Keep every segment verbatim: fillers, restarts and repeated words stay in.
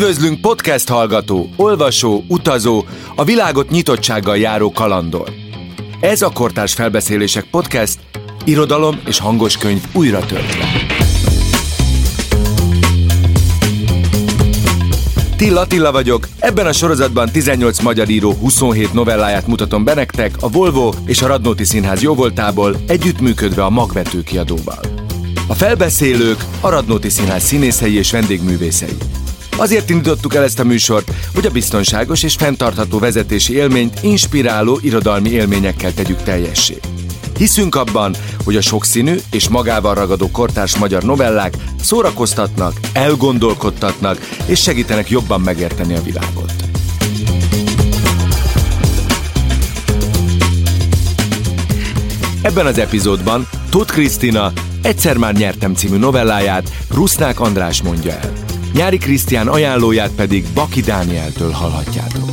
Üdvözlünk podcast hallgató, olvasó, utazó, a világot nyitottsággal járó kalandor. Ez a Kortárs Felbeszélések podcast, irodalom és hangos könyv újra töltve. Till Attila vagyok, ebben a sorozatban tizennyolc magyar író huszonhét novelláját mutatom be nektek a Volvo és a Radnóti Színház jóvoltából, együttműködve a Magvető kiadóval. A felbeszélők a Radnóti Színház színészei és vendégművészei. Azért indítottuk el ezt a műsort, hogy a biztonságos és fenntartható vezetési élményt inspiráló irodalmi élményekkel tegyük teljessé. Hiszünk abban, hogy a sokszínű és magával ragadó kortárs magyar novellák szórakoztatnak, elgondolkodtatnak és segítenek jobban megérteni a világot. Ebben az epizódban Tóth Krisztina Egyszer már nyertem című novelláját Rusznák András mondja el. Nyári Krisztián ajánlóját pedig Baki Dánieltől hallhatjátok.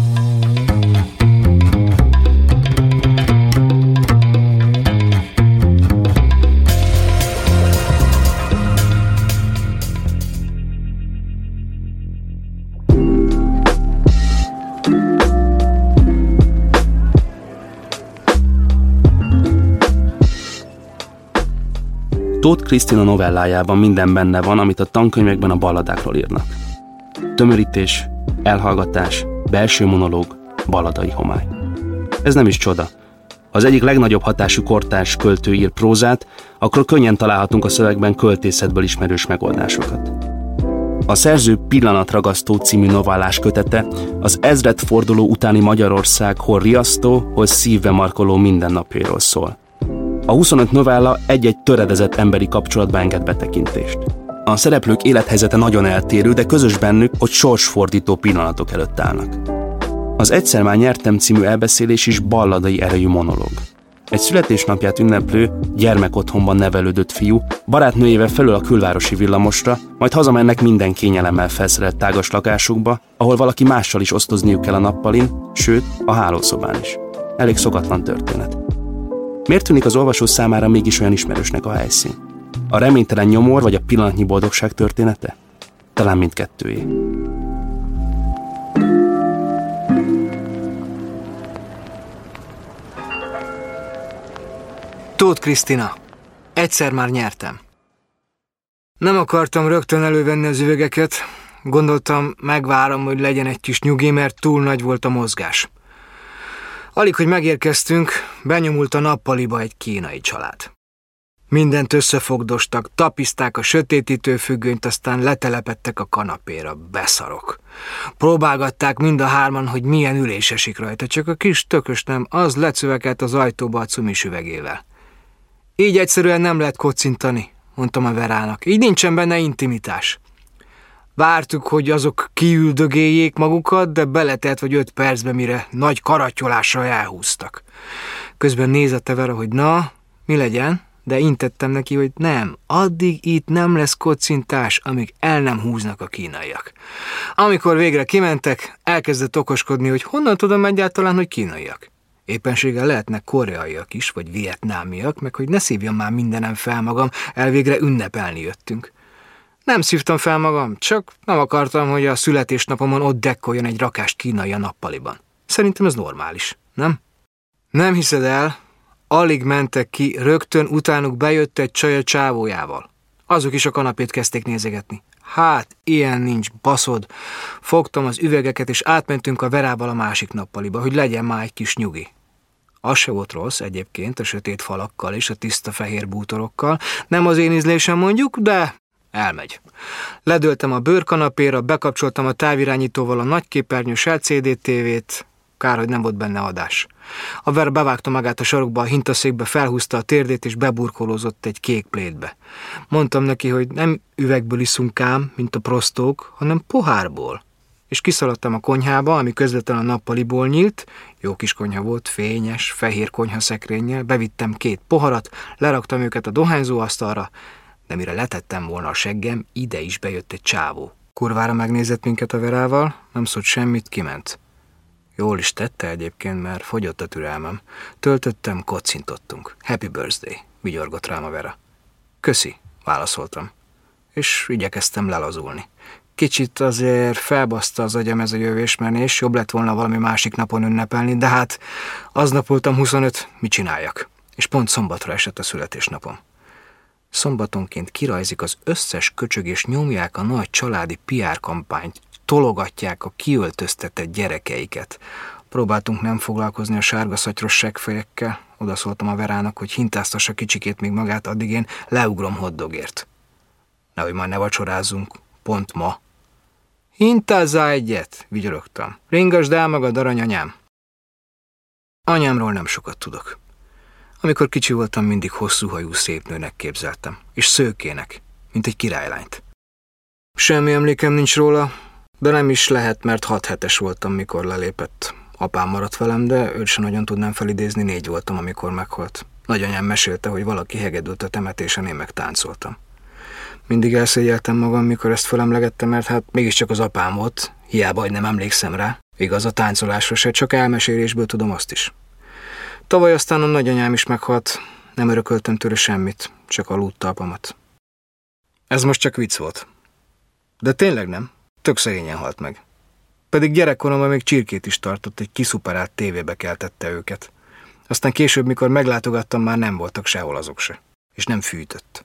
Tóth Krisztina novellájában minden benne van, amit a tankönyvekben a balladákról írnak. Tömörítés, elhallgatás, belső monológ, balladai homály. Ez nem is csoda. Ha az egyik legnagyobb hatású kortárs költő ír prózát, akkor könnyen találhatunk a szövegben költészetből ismerős megoldásokat. A szerző Pillanatragasztó című novellás kötete az ezredforduló utáni Magyarország hol riasztó, hol szívbe markoló mindennapjairól szól. A huszonöt novella egy-egy töredezett emberi kapcsolatba enged betekintést. A szereplők élethelyzete nagyon eltérő, de közös bennük, hogy sorsfordító pillanatok előtt állnak. Az Egyszer már nyertem című elbeszélés is balladai erejű monológ. Egy születésnapját ünneplő, gyermekotthonban nevelődött fiú barátnőjével felül a külvárosi villamosra, majd hazamennek minden kényelemmel felszerelt tágas lakásukba, ahol valaki mással is osztozniuk kell a nappalin, sőt, a hálószobán is. Elég szokatlan történet. Miért tűnik az olvasó számára mégis olyan ismerősnek a helyszín? A reménytelen nyomor vagy a pillanatnyi boldogság története? Talán mindkettőjé. Tóth Krisztina. Egyszer már nyertem. Nem akartam rögtön elővenni az üvegeket, gondoltam, megvárom, hogy legyen egy kis nyugi, mert túl nagy volt a mozgás. Alig, hogy megérkeztünk, benyomult a nappaliba egy kínai család. Mindent összefogdostak, tapiszták a sötétítő függönyt, aztán letelepedtek a kanapéra, beszarok. Próbálgatták mind a hárman, hogy milyen ülés esik rajta, csak a kis tökös nem, az lecövekelt az ajtóba a cumis üvegével. Így egyszerűen nem lehet kocintani, mondtam a Verának, így nincsen benne intimitás. Vártuk, hogy azok kiüldögéljék magukat, de beletelt vagy öt percbe, mire nagy karattyolással elhúztak. Közben nézett a Vera, hogy na, mi legyen, de intettem neki, hogy nem, addig itt nem lesz kocintás, amíg el nem húznak a kínaiak. Amikor végre kimentek, elkezdett okoskodni, hogy honnan tudom egyáltalán, hogy kínaiak. Éppenséggel lehetnek koreaiak is, vagy vietnámiak, meg hogy ne szívjam már mindenem fel magam, elvégre ünnepelni jöttünk. Nem szívtam fel magam, csak nem akartam, hogy a születésnapomon ott dekkoljon egy rakást kínai a nappaliban. Szerintem ez normális, nem? Nem hiszed el, alig mentek ki, rögtön utánuk bejött egy csaj a csávójával. Azok is a kanapét kezdték nézegetni. Hát, ilyen nincs, baszod. Fogtam az üvegeket, és átmentünk a Verával a másik nappaliba, hogy legyen már egy kis nyugi. Az se volt rossz egyébként, a sötét falakkal és a tiszta fehér bútorokkal. Nem az én ízlésem mondjuk, de elmegy. Ledöltem a bőrkanapéra, bekapcsoltam a távirányítóval a nagyképernyős el cé dé tévét, kár, hogy nem volt benne adás. A Vera bevágta magát a sarokba, a hintaszékbe, felhúzta a térdét és beburkolózott egy kék plétbe. Mondtam neki, hogy nem üvegből iszunk ám, mint a prostók, hanem pohárból. És kiszaladtam a konyhába, ami közvetlenül a nappaliból nyílt, jó kis konyha volt, fényes, fehér konyhaszekrényel, bevittem két poharat, leraktam őket a dohányzóasztalra, de mire letettem volna a seggem, ide is bejött egy csávó. Kurvára megnézett minket a Verával, nem szólt semmit, kiment. Jól is tette egyébként, mert fogyott a türelmem. Töltöttem, kocintottunk. Happy birthday, vigyorgott rám a Vera. Köszi, válaszoltam. És igyekeztem lelazulni. kicsit azért felbaszta az agyam ez a jövésmenés, jobb lett volna valami másik napon ünnepelni, de hát aznap voltam huszonöt, mit csináljak? És pont szombatra esett a születésnapom. Szombatonként kirajzik az összes köcsög, és nyomják a nagy családi pé er kampányt, tologatják a kiöltöztetett gyerekeiket. Próbáltunk nem foglalkozni a sárga szatyros seggfejekkel, odaszóltam a Verának, hogy hintáztassa kicsikét még magát, addig én leugrom hotdogért. Nehogy már ne vacsorázzunk, pont ma. Hintázzál egyet, vigyorogtam. Ringasd el magad, aranyanyám. Anyámról nem sokat tudok. Amikor kicsi voltam, mindig hosszú hajú szép nőnek képzeltem, és szőkének, mint egy királylányt. Semmi emlékem nincs róla, de nem is lehet, mert hat hetes voltam, mikor lelépett. Apám maradt velem, de őt sem nagyon tudnám felidézni, négy voltam, amikor meghalt. Nagyanyám mesélte, hogy valaki hegedült a temetésen, én meg táncoltam. Mindig elszégyeltem magam, mikor ezt felemlegettem, mert hát mégiscsak az apám volt, hiába, hogy nem emlékszem rá. Igaz, a táncolásra se, csak elmesélésből tudom azt is. Tavaly aztán a nagyanyám is meghalt, nem örököltem tőle semmit, csak a lúttalpamat. Ez most csak vicc volt. De tényleg nem, tök szegényen halt meg. Pedig gyerekkoromban még csirkét is tartott, egy kiszuperált tévébe keltette őket. Aztán később, mikor meglátogattam, már nem voltak sehol azok se, és nem fűtött.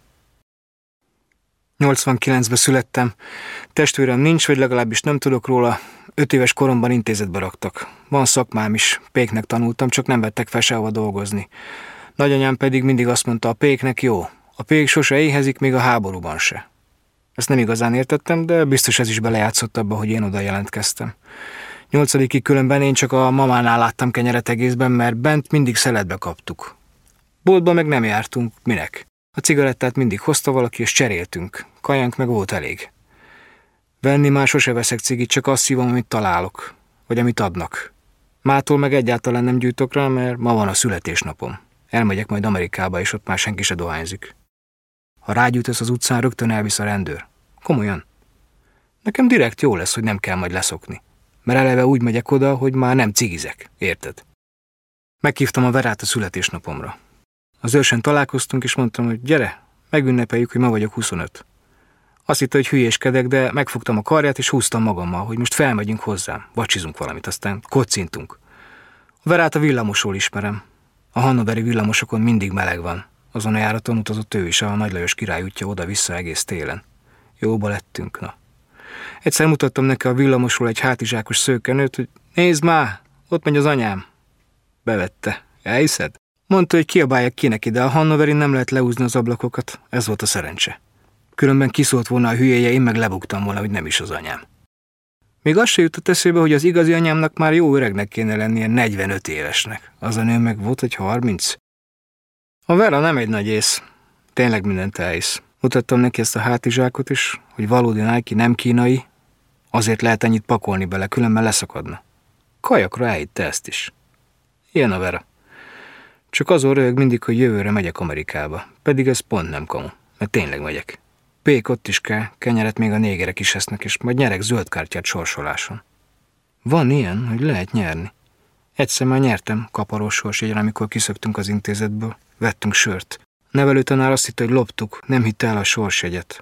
nyolcvankilencben születtem, testvérem nincs, vagy legalábbis nem tudok róla, öt éves koromban intézetbe raktak. Van szakmám is, péknek tanultam, csak nem vettek fel sehova dolgozni. Nagyanyám pedig mindig azt mondta, a péknek jó, a pék sose éhezik, még a háborúban se. Ezt nem igazán értettem, de biztos ez is belejátszott abba, hogy én oda jelentkeztem. Nyolcadikig különben én csak a mamánál láttam kenyeret egészben, mert bent mindig szeletbe kaptuk. Boltba meg nem jártunk, minek? A cigarettát mindig hozta valaki, és cseréltünk. Kajánk meg volt elég. Venni már sose veszek cigit, csak azt szívom, amit találok, vagy amit adnak. Mától meg egyáltalán nem gyűjtök rá, mert ma van a születésnapom. Elmegyek majd Amerikába, és ott már senki se dohányzik. Ha rágyújtasz az utcán, rögtön elvisz a rendőr. Komolyan. Nekem direkt jó lesz, hogy nem kell majd leszokni. Mert eleve úgy megyek oda, hogy már nem cigizek, érted? Meghívtam a Verát a születésnapomra. Az őrsen találkoztunk, és mondtam, hogy gyere, megünnepeljük, hogy ma vagyok huszonöt. Azt hitte, hogy hülyéskedek, de megfogtam a karját, és húztam magammal, hogy most felmegyünk hozzám, vacsizunk valamit, aztán kocintunk. A Verát a villamosról ismerem. A hannoveri villamosokon mindig meleg van. Azon a járaton utazott ő is, a Nagy Lajos Király útja oda-vissza egész télen. Jóba lettünk, na. Egyszer mutattam neki a villamosról egy hátizsákos szőkenőt, hogy nézd már, ott megy az anyám. Bevette. Elhiszed? Mondta, hogy kiabáljak ki neki, de a hannoverin nem lehet leúzni az ablakokat. Ez volt a szerencse. Különben kiszólt volna a hülyéje, én meg lebuktam volna, hogy nem is az anyám. Még az se jutott eszébe, hogy az igazi anyámnak már jó öregnek kéne lennie, negyvenöt évesnek. Az a nő meg volt, hogy harminc. A Vera nem egy nagy ész. Tényleg mindent elhisz. Mutattam neki ezt a hátizsákot is, hogy valódi Nike nem kínai, azért lehet ennyit pakolni bele, különben leszakadna. Kajakra elhitte ezt is. Ilyen a Vera. Csak azon röhög mindig, hogy jövőre megyek Amerikába. Pedig ez pont nem kamu, mert tényleg megyek. Pék ott is kell, kenyeret még a négerek is esznek, és majd nyerek zöld kártyát sorsoláson. Van ilyen, hogy lehet nyerni. Egyszer már nyertem kaparós sorsjegyen, amikor kiszöktünk az intézetből. Vettünk sört. A nevelőtanár azt hitte, hogy loptuk, nem hitte el a sorsjegyet.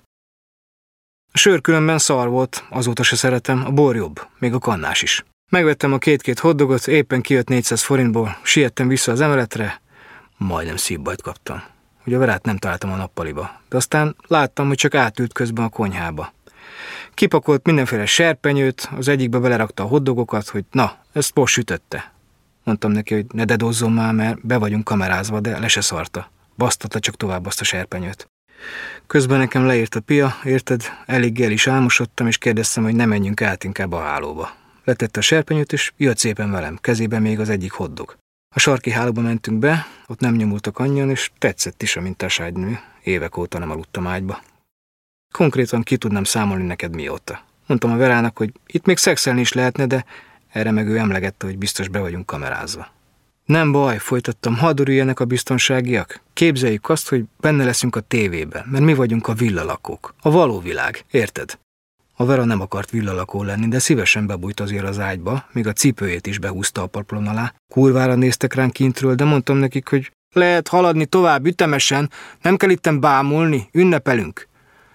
A sör különben szar volt, azóta se szeretem, a bor jobb, még a kannás is. Megvettem a két-két hotdogot, éppen kijött négyszáz forintból, siettem vissza az emeletre, majdnem szívbajt kaptam. Ugye a Verát nem találtam a nappaliba, de aztán láttam, hogy csak átült közben a konyhába. Kipakolt mindenféle serpenyőt, az egyikbe belerakta a hotdogokat, hogy na, ezt most sütötte. Mondtam neki, hogy ne dedozzon már, mert be vagyunk kamerázva, de le se szarta. Basztatta csak tovább azt a serpenyőt. Közben nekem leírt a pia, érted? Eléggé el is álmosodtam, és kérdeztem, hogy ne menjünk át inkább a hálóba. Letette a serpenyőt, és jött szépen velem, kezében még az egyik hoddog. A sarki hálóba mentünk be, ott nem nyomultak annyian, és tetszett is a mintáságynő. Évek óta nem aludtam ágyba. Konkrétan ki tudnám számolni neked mióta. Mondtam a Verának, hogy itt még szexelni is lehetne, de erre meg ő emlegette, hogy biztos be vagyunk kamerázva. Nem baj, folytattam, hadd örüljenek a biztonságiak. Képzeljük azt, hogy benne leszünk a tévében, mert mi vagyunk a villalakók. A való világ, érted? A Vera nem akart villalakó lenni, de szívesen bebújt azért az ágyba, még a cipőjét is behúzta a padlón alá. Kurvára néztek ránk kintről, de mondtam nekik, hogy lehet haladni tovább ütemesen, nem kell itten bámulni, ünnepelünk.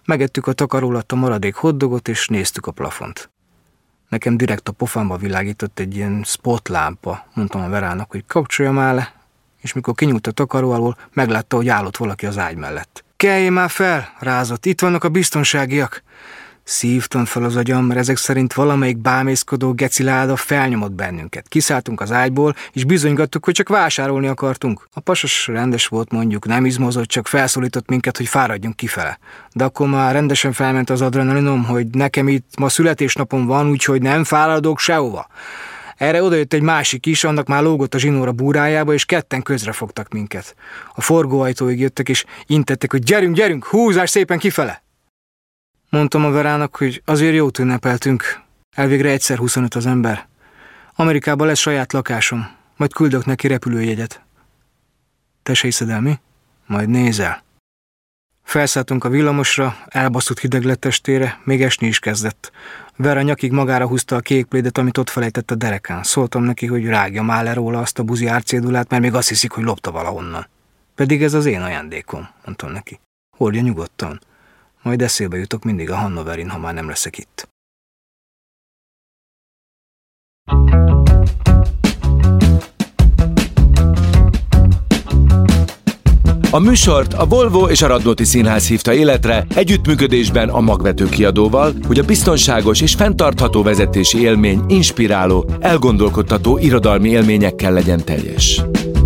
Megettük a takaró alatt a maradék hotdogot, és néztük a plafont. Nekem direkt a pofámba világított egy ilyen spotlámpa. Mondtam a Verának, hogy kapcsolja már le, és mikor kinyúlt a takaró alól, meglátta, hogy állott valaki az ágy mellett. Kelljél már fel, rázott, itt vannak a biztonságiak. Szívtam fel az agyam, mert ezek szerint valamelyik bámészkodó geciláda felnyomott bennünket. Kiszálltunk az ágyból, és bizonygattuk, hogy csak vásárolni akartunk. A pasas rendes volt, mondjuk, nem izmozott, csak felszólított minket, hogy fáradjunk kifele. De akkor már rendesen felment az adrenalinom, hogy nekem itt ma születésnapom van, úgyhogy nem fáradok sehova. Erre odajött egy másik is, annak már lógott a zsinóra búrájába, és ketten közre fogtak minket. A forgóajtóig jöttek, és intettek, hogy gyerünk, gyerünk, húzás szépen kifele! Mondtam a Verának, hogy azért jót ünnepeltünk. Elvégre egyszer huszonöt az ember. Amerikában lesz saját lakásom, majd küldök neki repülőjegyet. Te se hiszed el, mi? Majd nézel. Felszálltunk a villamosra, elbaszott hideg lett testére, még esni is kezdett. Vera nyakig magára húzta a kék plédet, amit ott felejtett a derekán. Szóltam neki, hogy rágja már le róla azt a buzi árcédulát, mert még azt hiszik, hogy lopta valahonnan. Pedig ez az én ajándékom, mondtam neki. Hordja nyugodtan. Majd eszébe jutok mindig a Hannoverin, ha már nem leszek itt. A műsort a Volvo és a Radnóti Színház hívta életre együttműködésben a Magvető Kiadóval, hogy a biztonságos és fenntartható vezetési élmény inspiráló, elgondolkodtató irodalmi élményekkel legyen teljes.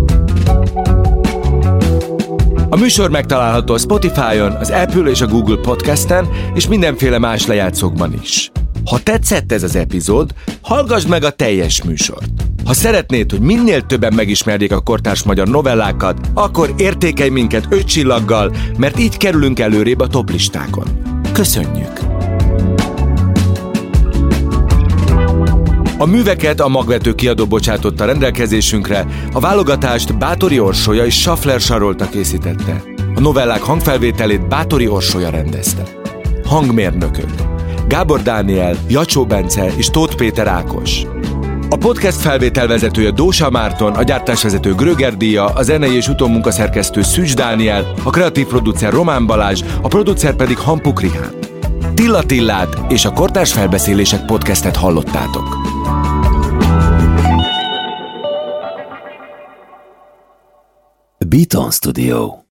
A műsor megtalálható a Spotify-on, az Apple és a Google Podcasten és mindenféle más lejátszókban is. Ha tetszett ez az epizód, hallgassd meg a teljes műsort. Ha szeretnéd, hogy minél többen megismerjék a kortárs magyar novellákat, akkor értékelj minket öt csillaggal, mert így kerülünk előrébb a toplistákon. Köszönjük! A műveket a Magvető Kiadó bocsátotta rendelkezésünkre, a válogatást Báthori Orsolya és Schaffler Sarolta készítette. A novellák hangfelvételét Báthori Orsolya rendezte. Hangmérnökök: Gábor Dániel, Jacsó Bence és Tóth Péter Ákos. A podcast felvételvezetője Dósa Márton, a gyártásvezető Gröger Díja, a zenei és utómunkaszerkesztő Szűcs Dániel, a kreatív producer Román Balázs, a producer pedig Hampuk Rihán. Tilla Tillát és a Kortárs Felbeszélések podcastet hallottátok. Beaton Studio.